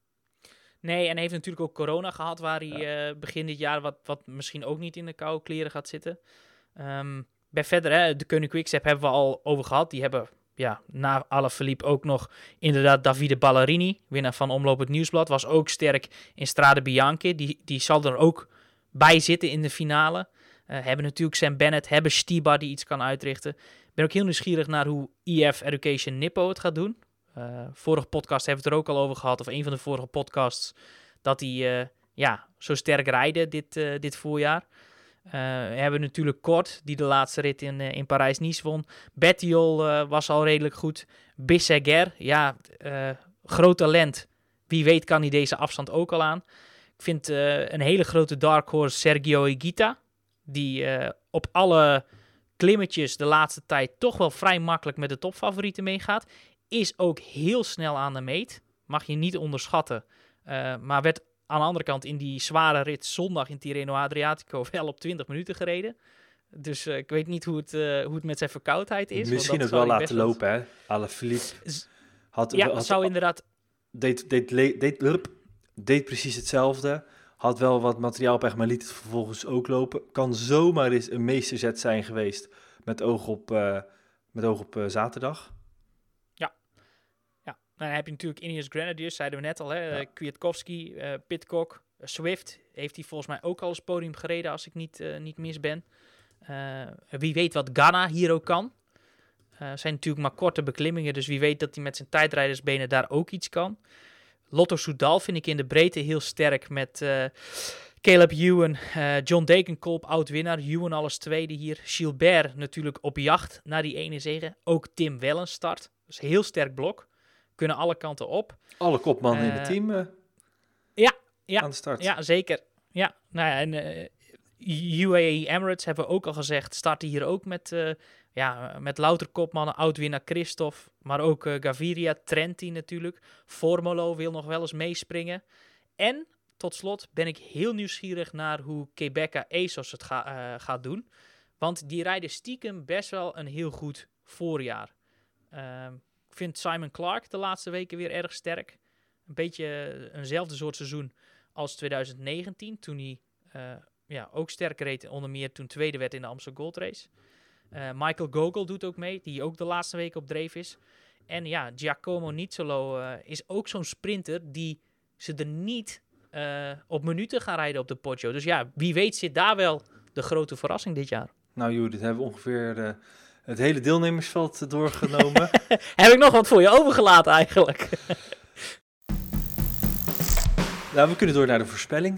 Nee, en hij heeft natuurlijk ook corona gehad, waar hij ja. uh, begin dit jaar wat, wat misschien ook niet in de koude kleren gaat zitten. Um, bij verder, hè, de Koning Quickstep hebben we al over gehad. Die hebben ja, na Alaphilippe ook nog inderdaad Davide Ballerini, winnaar van Omloop het Nieuwsblad. Was ook sterk in Strade Bianche. Die, die zal er ook bij zitten in de finale. Uh, hebben natuurlijk Sam Bennett, hebben Stibar die iets kan uitrichten. Ik ben ook heel nieuwsgierig naar hoe I F Education Nippo het gaat doen. Uh, vorige podcast hebben we het er ook al over gehad, of een van de vorige podcasts, dat die uh, ja, zo sterk rijden dit, uh, dit voorjaar. Uh, we hebben natuurlijk Kort, die de laatste rit in, uh, in Parijs-Nice won. Bettiol uh, was al redelijk goed. Bisseguer, ja, uh, groot talent. Wie weet kan hij deze afstand ook al aan. Ik vind uh, een hele grote dark horse Sergio Higuita, die uh, op alle klimmetjes de laatste tijd toch wel vrij makkelijk met de topfavorieten meegaat. Is ook heel snel aan de meet. Mag je niet onderschatten. Uh, maar werd aan de andere kant in die zware rit zondag in Tirreno Adriatico wel op twintig minuten gereden. Dus uh, ik weet niet hoe het, uh, hoe het met zijn verkoudheid is. Misschien ook wel laten lopen, hè. Alaphilippe had... Ja, had, zou inderdaad... Deed, deed, deed, deed, deed precies hetzelfde. Had wel wat materiaal op, maar liet het vervolgens ook lopen. Kan zomaar eens een meesterzet zijn geweest met oog op, uh, met oog op uh, zaterdag. Ja. ja. Dan heb je natuurlijk Ineos Grenadiers, zeiden we net al. Hè? Ja. Kwiatkowski, uh, Pidcock, uh, Swift heeft hij volgens mij ook al eens podium gereden als ik niet, uh, niet mis ben. Uh, wie weet wat Ghana hier ook kan. Uh, zijn natuurlijk maar korte beklimmingen, dus wie weet dat hij met zijn tijdrijdersbenen daar ook iets kan. Lotto Soudal vind ik in de breedte heel sterk met uh, Caleb Ewan, uh, John Degenkolb, oud-winnaar. Ewan alles tweede hier. Gilbert natuurlijk op jacht naar die ene zege. Ook Tim Wellens start. Dus heel sterk blok. Kunnen alle kanten op. Alle kopmannen uh, in het team uh, ja, ja, aan de start. Ja, zeker. Ja, nou ja, en uh, U A E Emirates hebben we ook al gezegd. Starten hier ook met, uh, ja, met louter kopmannen. Oud-winnaar Christophe, maar ook uh, Gaviria, Trenti natuurlijk. Formolo wil nog wel eens meespringen. En tot slot ben ik heel nieuwsgierig naar hoe Quebeca Esos het ga, uh, gaat doen. Want die rijden stiekem best wel een heel goed voorjaar. Uh, ik vind Simon Clark de laatste weken weer erg sterk. Een beetje eenzelfde soort seizoen als twintig negentien. Toen hij uh, ja, ook sterk reed. Onder meer toen tweede werd in de Amstel Gold Race. Uh, Michael Gogol doet ook mee. Die ook de laatste weken op dreef is. En ja, Giacomo Nizzolo uh, is ook zo'n sprinter die ze er niet uh, op minuten gaan rijden op de Poggio. Dus ja, wie weet zit daar wel de grote verrassing dit jaar. Nou Judith, hebben we ongeveer uh, het hele deelnemersveld doorgenomen. Heb ik nog wat voor je overgelaten eigenlijk? Nou, we kunnen door naar de voorspelling.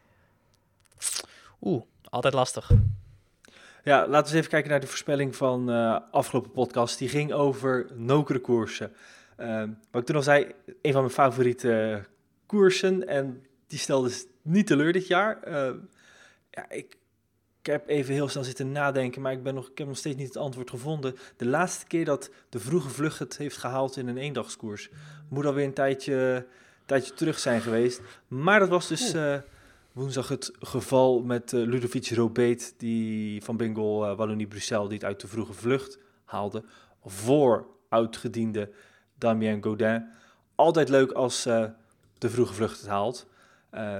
Oeh, altijd lastig. Ja, laten we eens even kijken naar de voorspelling van uh, afgelopen podcast. Die ging over nokere koersen. Uh, wat ik toen al zei, een van mijn favoriete uh, koersen. En die stelde dus niet teleur dit jaar. Uh, ja, ik, ik heb even heel snel zitten nadenken, maar ik, ben nog, ik heb nog steeds niet het antwoord gevonden. De laatste keer dat de Vroege Vlucht het heeft gehaald in een eendagskoers. Moet alweer een tijdje, tijdje terug zijn geweest. Maar dat was dus uh, woensdag het geval met uh, Ludovic Robeet, die van Bengal uh, Wallonie-Bruxelles, die het uit de Vroege Vlucht haalde. Voor oudgediende Damien Gaudin. Altijd leuk als uh, de Vroege Vlucht het haalt. Uh,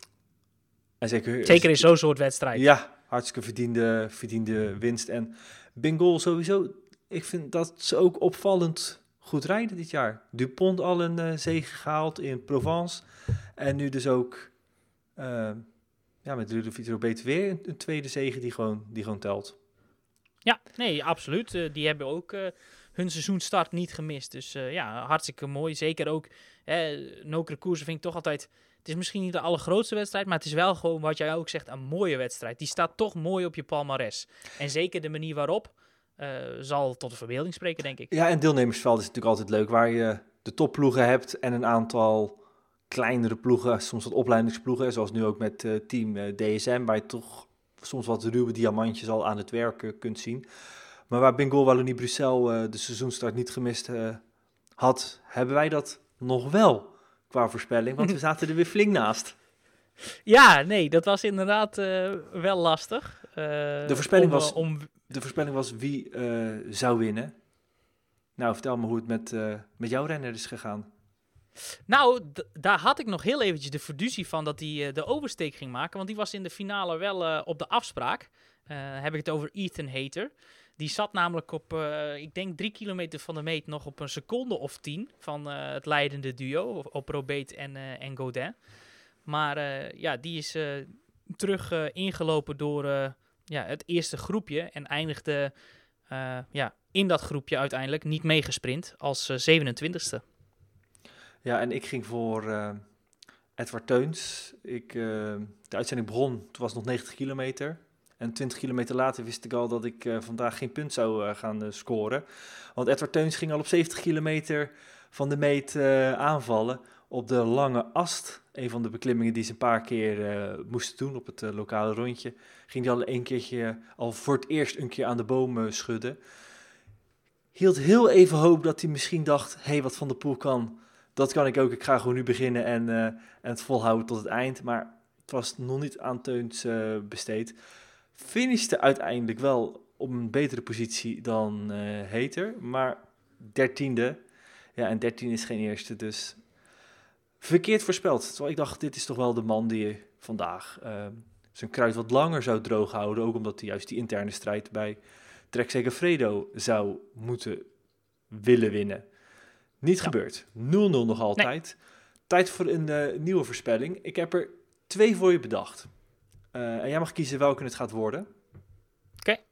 en zeker, zeker in zo'n soort wedstrijd. Ja, hartstikke verdiende, verdiende winst. En Bengal sowieso, ik vind dat ze ook opvallend goed rijden dit jaar. Dupont al een uh, zege gehaald in Provence. En nu dus ook uh, ja, met Ludovic Robeet weer een, een tweede zege die gewoon, die gewoon telt. Ja, nee, absoluut. Uh, die hebben ook uh, hun seizoenstart niet gemist. Dus uh, ja, hartstikke mooi. Zeker ook, hè, nokere koersen vind ik toch altijd... Het is misschien niet de allergrootste wedstrijd, maar het is wel gewoon, wat jij ook zegt, een mooie wedstrijd. Die staat toch mooi op je palmares. En zeker de manier waarop uh, zal tot de verbeelding spreken, denk ik. Ja, en deelnemersveld is natuurlijk altijd leuk, waar je de topploegen hebt en een aantal kleinere ploegen, soms wat opleidingsploegen, zoals nu ook met uh, team uh, D S M, waar je toch soms wat ruwe diamantjes al aan het werk kunt zien. Maar waar Bengal Wallonie-Bruxelles uh, de seizoenstart niet gemist uh, had, hebben wij dat nog wel qua voorspelling, want we zaten er weer flink naast. Ja, nee, dat was inderdaad uh, wel lastig. Uh, de, voorspelling om, was, om... de voorspelling was wie uh, zou winnen. Nou, vertel me hoe het met, uh, met jouw renner is gegaan. Nou, d- daar had ik nog heel eventjes de fiducie van dat hij uh, de oversteek ging maken, want die was in de finale wel uh, op de afspraak. Uh, heb ik het over Ethan Hayter. Die zat namelijk op, uh, ik denk drie kilometer van de meet nog op een seconde of tien van uh, het leidende duo, op Robeet en, uh, en Gaudin. Maar uh, ja, die is uh, terug uh, ingelopen door uh, ja, het eerste groepje en eindigde uh, ja, in dat groepje uiteindelijk niet meegesprint als uh, zevenentwintigste. Ja, en ik ging voor uh, Edward Teuns. Ik, uh, de uitzending begon, toen was het nog negentig kilometer. En twintig kilometer later wist ik al dat ik uh, vandaag geen punt zou uh, gaan uh, scoren. Want Edward Teuns ging al op zeventig kilometer van de meet uh, aanvallen op de lange ast. Een van de beklimmingen die ze een paar keer uh, moesten doen op het uh, lokale rondje. Ging hij al een keertje, uh, al voor het eerst een keer aan de boom uh, schudden. Hield heel even hoop dat hij misschien dacht, hé, hey, wat Van der Poel kan, dat kan ik ook. Ik ga gewoon nu beginnen en, uh, en het volhouden tot het eind. Maar het was nog niet aan Teuns uh, besteed. Finishte uiteindelijk wel op een betere positie dan uh, Hayter, maar dertiende. Ja, en dertien is geen eerste, dus verkeerd voorspeld. Terwijl ik dacht, dit is toch wel de man die vandaag uh, zijn kruid wat langer zou droog houden. Ook omdat hij juist die interne strijd bij Trek Segafredo zou moeten willen winnen. Niet ja. gebeurd. nul nul nog altijd. Nee. Tijd voor een uh, nieuwe voorspelling. Ik heb er twee voor je bedacht. Uh, en jij mag kiezen welke het gaat worden. Oké. Okay.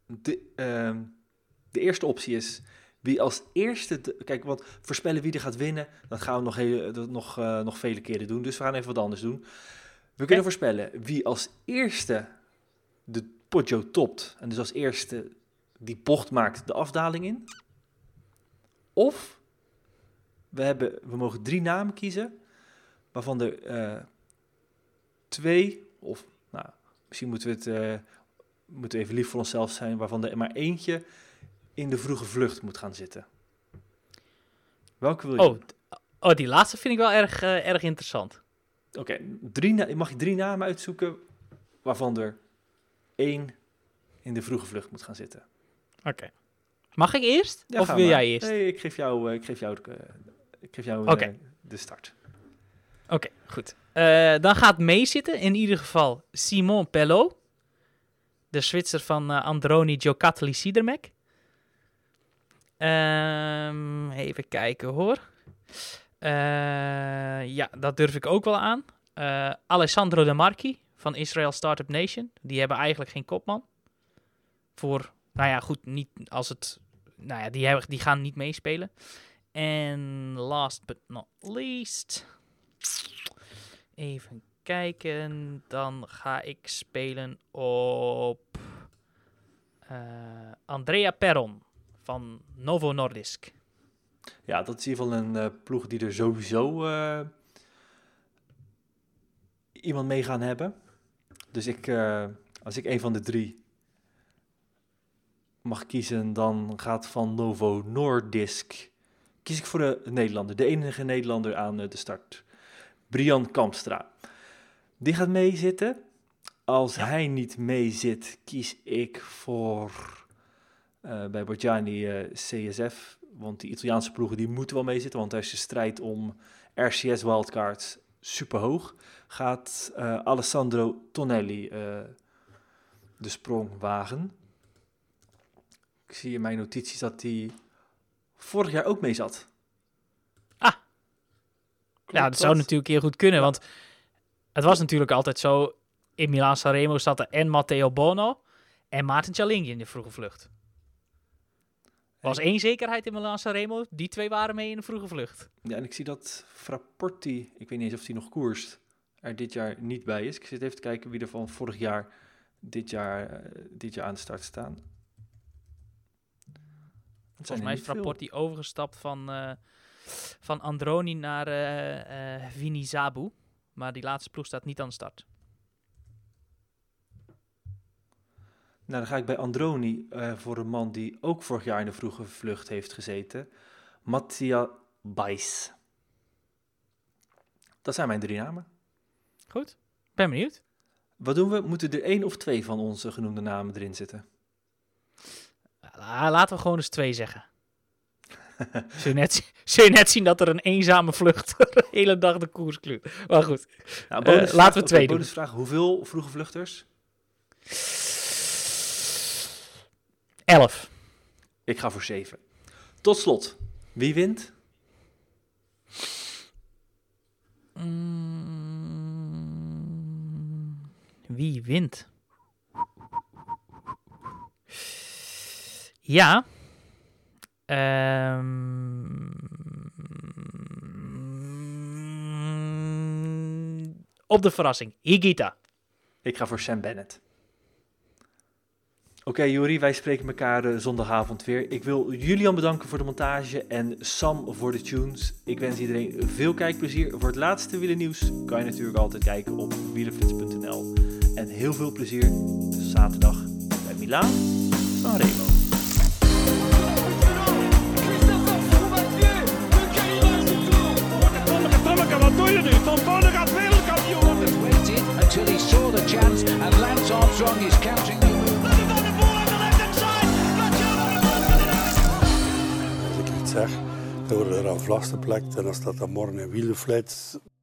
de, uh, de eerste optie is wie als eerste... De, kijk, want voorspellen wie er gaat winnen, dat gaan we nog, hele, dat nog, uh, nog vele keren doen. Dus we gaan even wat anders doen. We kunnen voorspellen wie als eerste de Poggio topt. En dus als eerste die bocht maakt de afdaling in. Of we, hebben, we mogen drie namen kiezen, waarvan er uh, twee, of nou, misschien moeten we het uh, moeten we even lief voor onszelf zijn, waarvan er maar eentje in de vroege vlucht moet gaan zitten. Welke wil je? Oh, oh die laatste vind ik wel erg, uh, erg interessant. Oké, okay, drie mag je drie namen uitzoeken, waarvan er één in de vroege vlucht moet gaan zitten. Oké. Okay. Mag ik eerst? Ja, of wil maar. jij eerst? Nee, ik geef jou, uh, ik geef jou, uh, ik geef jou okay. uh, de start. Oké, okay, goed. Uh, dan gaat meezitten in ieder geval Simon Pellot, de Zwitser van uh, Androni Giocattoli Sidermec. Um, even kijken hoor. Uh, ja, dat durf ik ook wel aan. Uh, Alessandro De Marchi van Israel Startup Nation. Die hebben eigenlijk geen kopman. Voor, nou ja, goed, niet als het... Nou ja, die, hebben, die gaan niet meespelen. En last but not least... Even kijken. Dan ga ik spelen op... Uh, Andrea Perron van Novo Nordisk. Ja, dat is in ieder geval een uh, ploeg die er sowieso uh, iemand mee gaan hebben. Dus ik, uh, als ik een van de drie mag kiezen, dan gaat van Novo Nordisk. Kies ik voor de Nederlander, de enige Nederlander aan uh, de start. Brian Kampstra. Die gaat meezitten. Als ja. hij niet meezit, kies ik voor uh, bij Borgiani uh, C S F. Want die Italiaanse ploegen die moeten wel meezitten. Want daar is de strijd om R C S wildcards super hoog. Gaat uh, Alessandro Tonelli uh, de sprong wagen. Ik zie in mijn notities dat hij vorig jaar ook mee zat. Ah. Klopt ja, dat, dat zou natuurlijk heel goed kunnen. Ja. Want het was natuurlijk altijd zo. In Milaan-San Remo zaten en Matteo Bono en Maarten Cialinghi in de vroege vlucht. Er was één zekerheid in Milaan-San Remo. Die twee waren mee in de vroege vlucht. Ja, en ik zie dat Frapporti, ik weet niet eens of hij nog koerst, er dit jaar niet bij is. Ik zit even te kijken wie er van vorig jaar dit jaar, uh, dit jaar aan de start staan. Volgens mij is Frapporti overgestapt van, uh, van Androni naar uh, uh, Vini Zabu. Maar die laatste ploeg staat niet aan de start. Nou, dan ga ik bij Androni uh, voor een man die ook vorig jaar in de vroege vlucht heeft gezeten. Mattia Bais. Dat zijn mijn drie namen. Goed, ben benieuwd. Wat doen we? Moeten er één of twee van onze genoemde namen erin zitten? Laten we gewoon eens twee zeggen. Zul je, net, zul je net zien dat er een eenzame vlucht de hele dag de koers kluurt. Maar goed, nou, uh, laten we twee okay, doen. Bonusvraag, hoeveel vroege vluchters? Elf. Ik ga voor zeven. Tot slot, wie wint? Mm, wie wint? Ja. Um, op de verrassing. Higita. Ik ga voor Sam Bennett. Oké, okay, Juri, wij spreken elkaar uh, zondagavond weer. Ik wil Julian bedanken voor de montage en Sam voor de tunes. Ik wens iedereen veel kijkplezier. Voor het laatste wielernieuws kan je natuurlijk altijd kijken op wielerflits punt n l. En heel veel plezier zaterdag bij Milaan San Remo. Waited until he saw the chance and Lance Armstrong is counting the move. Als ik iets zeg, dan worden er aan vastgeplakt en dan staat dat morgen in wielerflits.